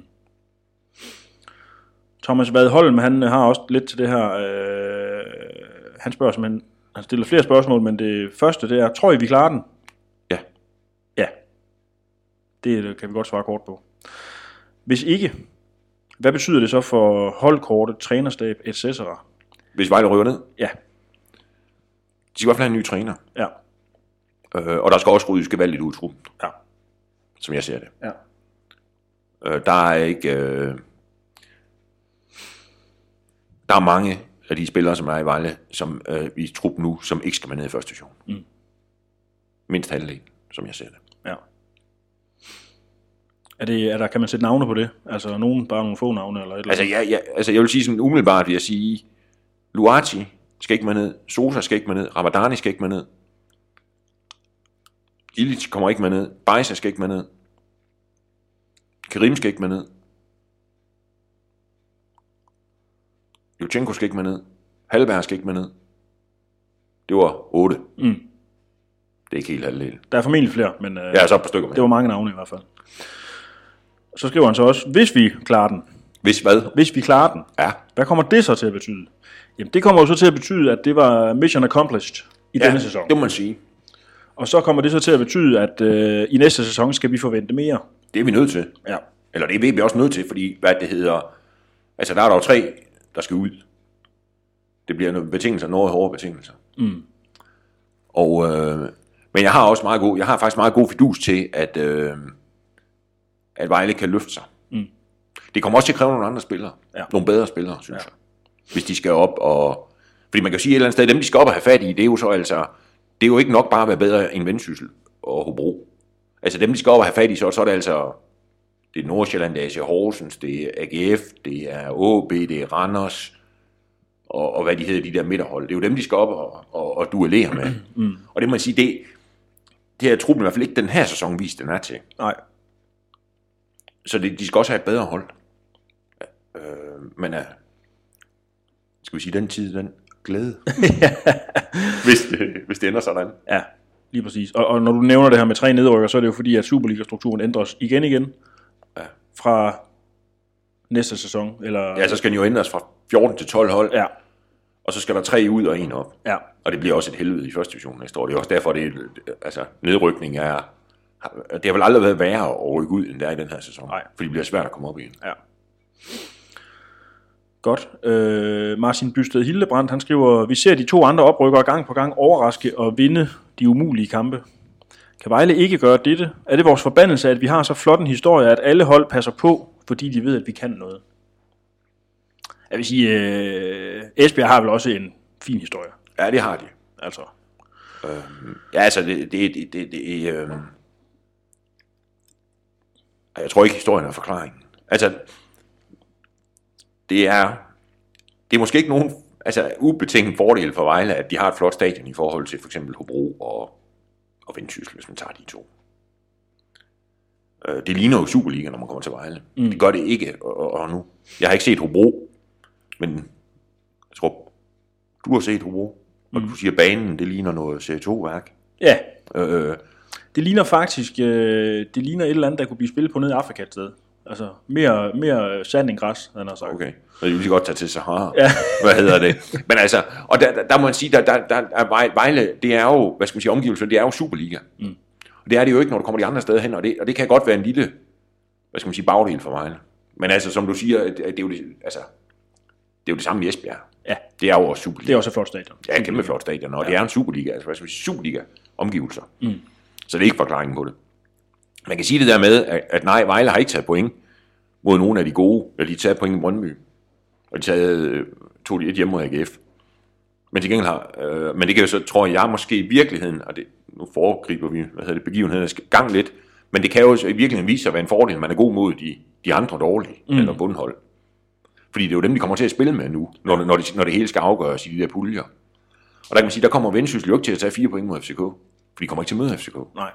Thomas Vad Holm, han har også lidt til det her, han spørger simpelthen, han stiller flere spørgsmål, men det første, det er, tror I, vi klarer den? Ja. Ja. Det kan vi godt svare kort på. Hvis ikke, hvad betyder det så for holdkortet, trænerstab, etc.? Hvis Vejle ryger ned? Ja. De skal i hvert fald have en ny træner. Ja. Og der skal også ryddes gevaldigt ud i truppen. Ja. Som jeg ser det. Ja. Der er ikke... Der er mange af de spillere, som er i Vejle, som i truppen nu, som ikke skal med ned i første division. Mm. Mindst halvdelen, som jeg ser det. Ja. Er der, kan man sætte navne på det? Altså bare nogle få navne eller et eller andet? Altså jeg vil sige sådan umiddelbart, vil jeg sige, Luati skal ikke med ned, Sosa skal ikke med ned, Ramadani skal ikke med ned, Ilic kommer ikke med ned, Bajsa skal ikke med ned, Karim skal ikke med ned, Jutchenko skal ikke med ned, Halberg skal ikke med ned. Det var 8. Mm. Det er ikke helt halvdelen. Der er formentlig flere, men ja, så et par stykker med. Det var mange navne i hvert fald. Så skriver han så også, hvis vi klarer den. Hvis hvad? Hvis vi klarer den. Ja. Hvad kommer det så til at betyde? Jamen, det kommer jo så til at betyde, at det var mission accomplished i denne sæson. Det må man sige. Og så kommer det så til at betyde, at i næste sæson skal vi forvente mere. Det er vi nødt til. Ja. Eller det er vi også nødt til, fordi hvad det hedder... Altså, der er der jo 3, der skal ud. Det bliver nogle betingelser, noget hårde betingelser. Mm. Og, men jeg har faktisk meget god fidus til, at Vejle kan løfte sig. Mm. Det kommer også til at kræve nogle andre spillere. Ja. Nogle bedre spillere, synes jeg. Hvis de skal op og... Fordi man kan sige et eller andet sted, dem de skal op og have fat i, det er jo så altså... Det er jo ikke nok bare at være bedre end Vendsyssel og Hobro. Altså dem, de skal op og have fat i, så er det altså... Det er Nordsjælland, det er AC Horsens, det er AGF, det er AaB, det er Randers, og hvad de hedder, de der midterhold. Det er jo dem, de skal op og duellere med. Mm. Og det må man sige, det har truppen i hvert fald ikke den her sæson vist, den er til. Nej. Så de skal også have et bedre hold. Men skal vi sige, den tid, den glæde. hvis det ender sådan. Ja, lige præcis. Og når du nævner det her med 3 nedrykker, så er det jo fordi, at Superliga-strukturen ændres igen. Ja. Fra næste sæson. Eller... Ja, så skal den jo ændres fra 14 til 12 hold. Ja. Og så skal der 3 ud og 1 op. Ja. Og det bliver også et helvede i første division næste år. Det er også derfor, nedrykning er... Det har vel aldrig været værre at rykke ud, end det er i den her sæson. Nej. Fordi det bliver svært at komme op igen. Ja. Godt. Martin Bysted Hildebrandt, han skriver, vi ser de 2 andre oprykkere gang på gang overraske og vinde de umulige kampe. Kan Vejle ikke gøre dette? Er det vores forbandelse, at vi har så flot en historie, at alle hold passer på, fordi de ved, at vi kan noget? Jeg vil sige, Esbjerg har vel også en fin historie. Ja, det har de. Altså. Ja, altså, jeg tror ikke, historien er forklaringen. Altså, det er måske ikke nogen ubetinget fordel for Vejle, at de har et flot stadion i forhold til for eksempel Hobro og Vendsyssel, hvis man tager de 2. Det ligner jo Superliga, når man kommer til Vejle. Mm. Det gør det ikke, og nu. Jeg har ikke set Hobro, men jeg tror, du har set Hobro, og du siger, banen, det ligner noget C2-værk. Ja, det ligner faktisk, det ligner et eller andet, der kunne blive spillet på nede i Afrika et sted. Altså, mere sand end græs, han har sagt. Okay, så det vil godt tage til Sahara. Ja. Hvad hedder det? Men altså, og der må man sige, der er Vejle, det er jo, hvad skal man sige, omgivelser, det er jo Superliga. Mm. Og det er det jo ikke, når du kommer de andre steder hen, og det kan godt være en lille, hvad skal man sige, bagdel for Vejle. Men altså, som du siger, det er jo det samme i Esbjerg. Ja. Det er jo også Superliga. Det er også et flot stadion. Ja, kæmpe flot stadion, og det er en Superliga, altså hvad skal man sige, Superliga-omgivelser. Mm. Så det er ikke forklaringen på det. Man kan sige det der med, at nej, Vejle har ikke taget point mod nogle af de gode, eller de har taget point i Brøndby, og de tog de et hjemme mod AGF. Men til gengæld men det kan jo så, tror jeg måske i virkeligheden, og det, nu foregriber vi, begivenhederne gang lidt, men det kan jo i virkeligheden vise sig at være en fordel, man er god mod de andre dårlige, eller bundhold. Fordi det er jo dem, de kommer til at spille med nu, når det hele skal afgøres i de der puljer. Og der kan man sige, der kommer Vendsyssel jo ikke til at tage 4 point mod FCK, for de kommer ikke til at møde FCK. Nej.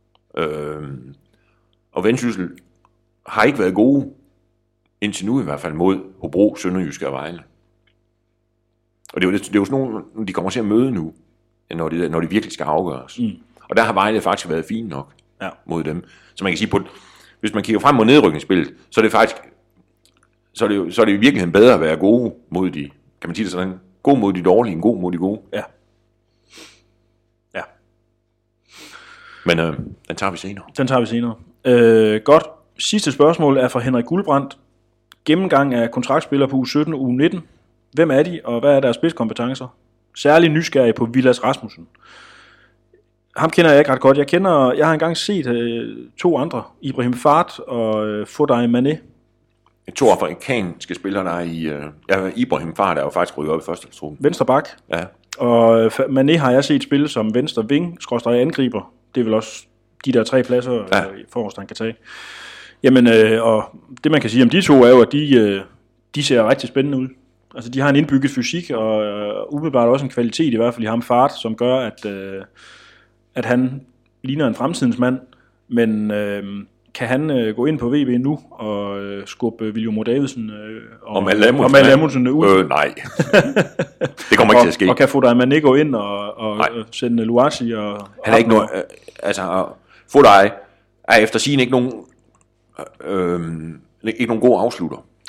Og Vendsyssel har ikke været gode, indtil nu i hvert fald, mod Hobro, Sønderjyske og Vejle. Og det er jo sådan nogle, de kommer til at møde nu, når de virkelig skal afgøres. Mm. Og der har Vejle faktisk været fint nok mod dem. Så man kan sige, hvis man kigger frem mod nedrykningsspillet, så er det faktisk, så er det i virkeligheden bedre at være gode mod de, kan man sige det sådan, god mod de dårlige, end god mod de gode. Ja. Ja. Men den tager vi senere. Godt. Sidste spørgsmål er fra Henrik Guldbrandt. Gennemgang af kontraktspillere på U17 og U19. Hvem er de, og hvad er deres spidskompetencer? Særlig nysgerrig på Vilas Rasmussen. Ham kender jeg ikke ret godt. Jeg har engang set 2 andre. Ibrahim Fart og Foday Mané. 2 afrikanske spillere, der er i... Ibrahim Fart er jo faktisk rykket op i første truppen. Venstre bak. Ja. Og Mané har jeg set spille som venstre ving, /angriber. Det er vel også de der 3 pladser, forrest han kan tage. Jamen, og det man kan sige om de 2 er jo, at de ser rigtig spændende ud. Altså, de har en indbygget fysik, og umiddelbart også en kvalitet, i hvert fald i ham Fart, som gør, at han ligner en fremtidens mand. Men kan han gå ind på VB nu og skubbe William Davidsen og Malte Amundsen ud? Nej, det kommer ikke til at ske. Og kan Foday Mané gå ind og sende Luazi og... Han er ikke noget... Foday er efter sin ikke nogen god afslutter.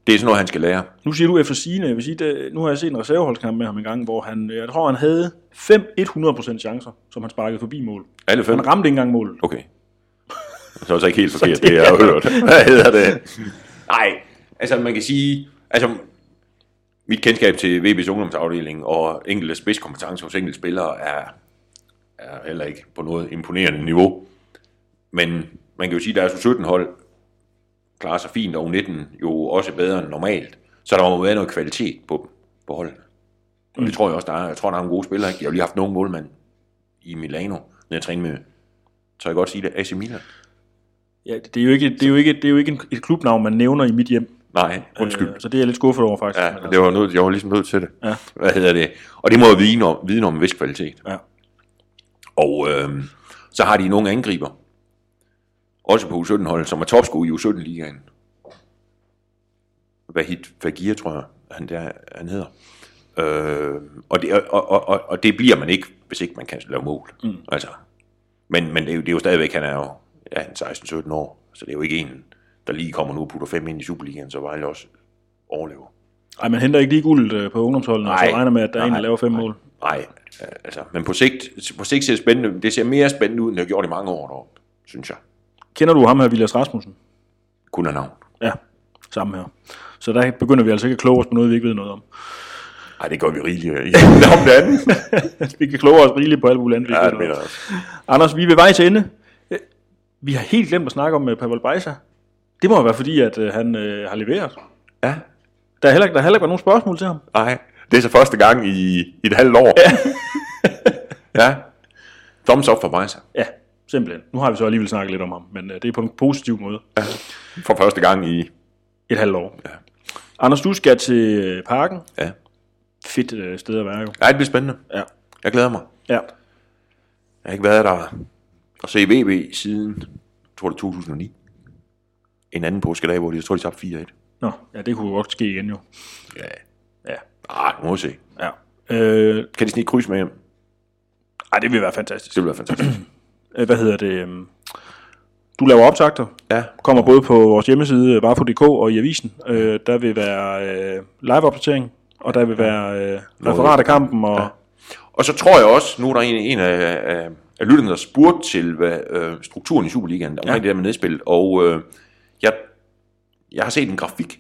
Det er sådan noget, han skal lære. Nu siger du efter sigende, jeg vil sige, nu har jeg set en reserveholdskamp med ham en gang, hvor jeg tror, han havde 5 100% chancer, som han sparkede forbi mål. Alle 5? Han ramte ikke engang målet. Okay. Så er det ikke helt forkert, det jeg har hørt. Hvad hedder det? Nej, altså man kan sige, altså mit kendskab til VB's ungdomsafdeling og enkelte spidskompetencer hos enkelte spillere er heller ikke på noget imponerende niveau. Men man kan jo sige, at deres 17-hold klarer sig fint, og 19 jo også bedre end normalt. Så der må være noget kvalitet på holdene. Og det tror jeg også, der er. Jeg tror, der er nogle gode spillere. Jeg har lige haft nogle målmænd i Milano, når jeg træner med, så jeg godt sige det, AC Milan. Ja, det er jo ikke et klubnavn, man nævner i mit hjem. Nej, undskyld. Så det er jeg lidt skuffet over, faktisk. Ja, det var noget, jeg var ligesom nødt til det. Ja. Hvad hedder det? Og det må jo vide om en vis kvalitet. Ja. Og så har de nogle angriber, også på U17-holdet, som er topscorer i U17-ligaen. Vahid Fagir, tror jeg, han hedder. Og det bliver man ikke, hvis ikke man kan lave mål. Altså. Men det er jo stadigvæk, han er jo 16-17 år, så det er jo ikke en, der lige kommer nu og putter 5 ind i Superligaen, så Vejle også overlever. Nej, man henter ikke lige guld på ungdomsholdene, og så regner med, at der er en, der laver 5 mål. Nej, altså, men på sigt ser det spændende. Det ser mere spændende ud, end det har gjort i mange år deroppe, synes jeg. Kender du ham her, Vilas Rasmussen? Kun af navn. Ja, samme her. Så der begynder vi altså ikke at kloge os på noget, vi ikke ved noget om. Nej, det gør vi rigeligt om det andet. Vi kan kloge os rigeligt på alt muligt andet. Ja, det mener jeg også. Anders, vi er ved vej til ende. Vi har helt glemt at snakke om Pavel Bajsa. Det må være fordi, at han har leveret. Ja. Der har heller ikke været nogen spørgsmål til ham. Nej, det er så første gang i et halvt år. Ja. Ja. Thumbs up for Bajsa. Ja, simpelthen. Nu har vi så alligevel snakket lidt om ham, men det er på en positiv måde. Ja. For første gang i et halvt år. Ja. Anders, du skal til Parken. Ja. Fedt sted at være jo. Ja, det bliver spændende. Ja. Jeg glæder mig. Ja. Jeg har ikke været der og se VB siden, tror det 2009. En anden påskedag, hvor de tabte 4-1. Nå, ja, det kunne jo godt ske igen jo. Ja. Ja. Nu må vi se. Ja. Kan de snige kryds med hjem? Ej, det vil være fantastisk. Det vil være fantastisk. Hvad hedder det? Du laver optagter. Ja. Kommer både på vores hjemmeside, varpo.dk og i avisen. Der vil være live-opdatering, og der vil være referat af kampen. Og... Ja. Og så tror jeg også, nu er der en af lytterne, der spurgte til hvad, strukturen i Superligaen, omkring det der med nedspil. Og jeg har set en grafik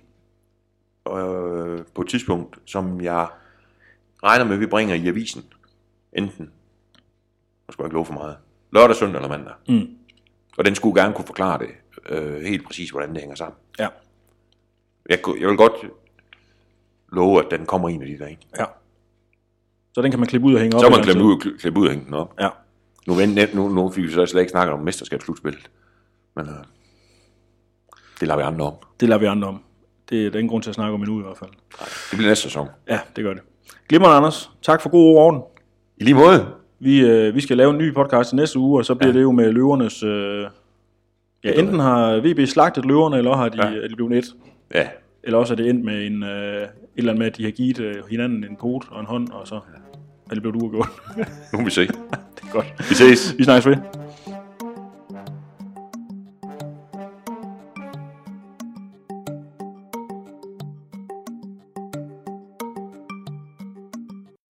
på et tidspunkt, som jeg regner med, at vi bringer i avisen. Enten, nu skal jeg ikke love for meget, lørdag, søndag eller mandag. Og den skulle gerne kunne forklare det helt præcis, hvordan det hænger sammen. Ja. Jeg vil godt love, at den kommer en af de der, ikke? Ja. Så den kan man klippe ud og hænge op. Så kan man klippe ud og hænge den op. Ja. Nu fik vi så slet ikke snakket om mesterskabsslutspillet. Men det lader vi andre om. Det er den grund til at snakke om endnu i hvert fald. Nej, det bliver næste sæson. Ja, det gør det. Glimrende, Anders. Tak for god ord og orden. I lige måde. Vi skal lave en ny podcast i næste uge, og så bliver det jo med løvernes... enten har VB slagtet løverne, eller har er de blevet net. Ja. Eller også er det endt med et eller andet med, at de har givet hinanden en pot og en hånd, og så er det blevet uafgjort. Nu må vi se. Det er godt. Vi ses. Vi snakkes ved.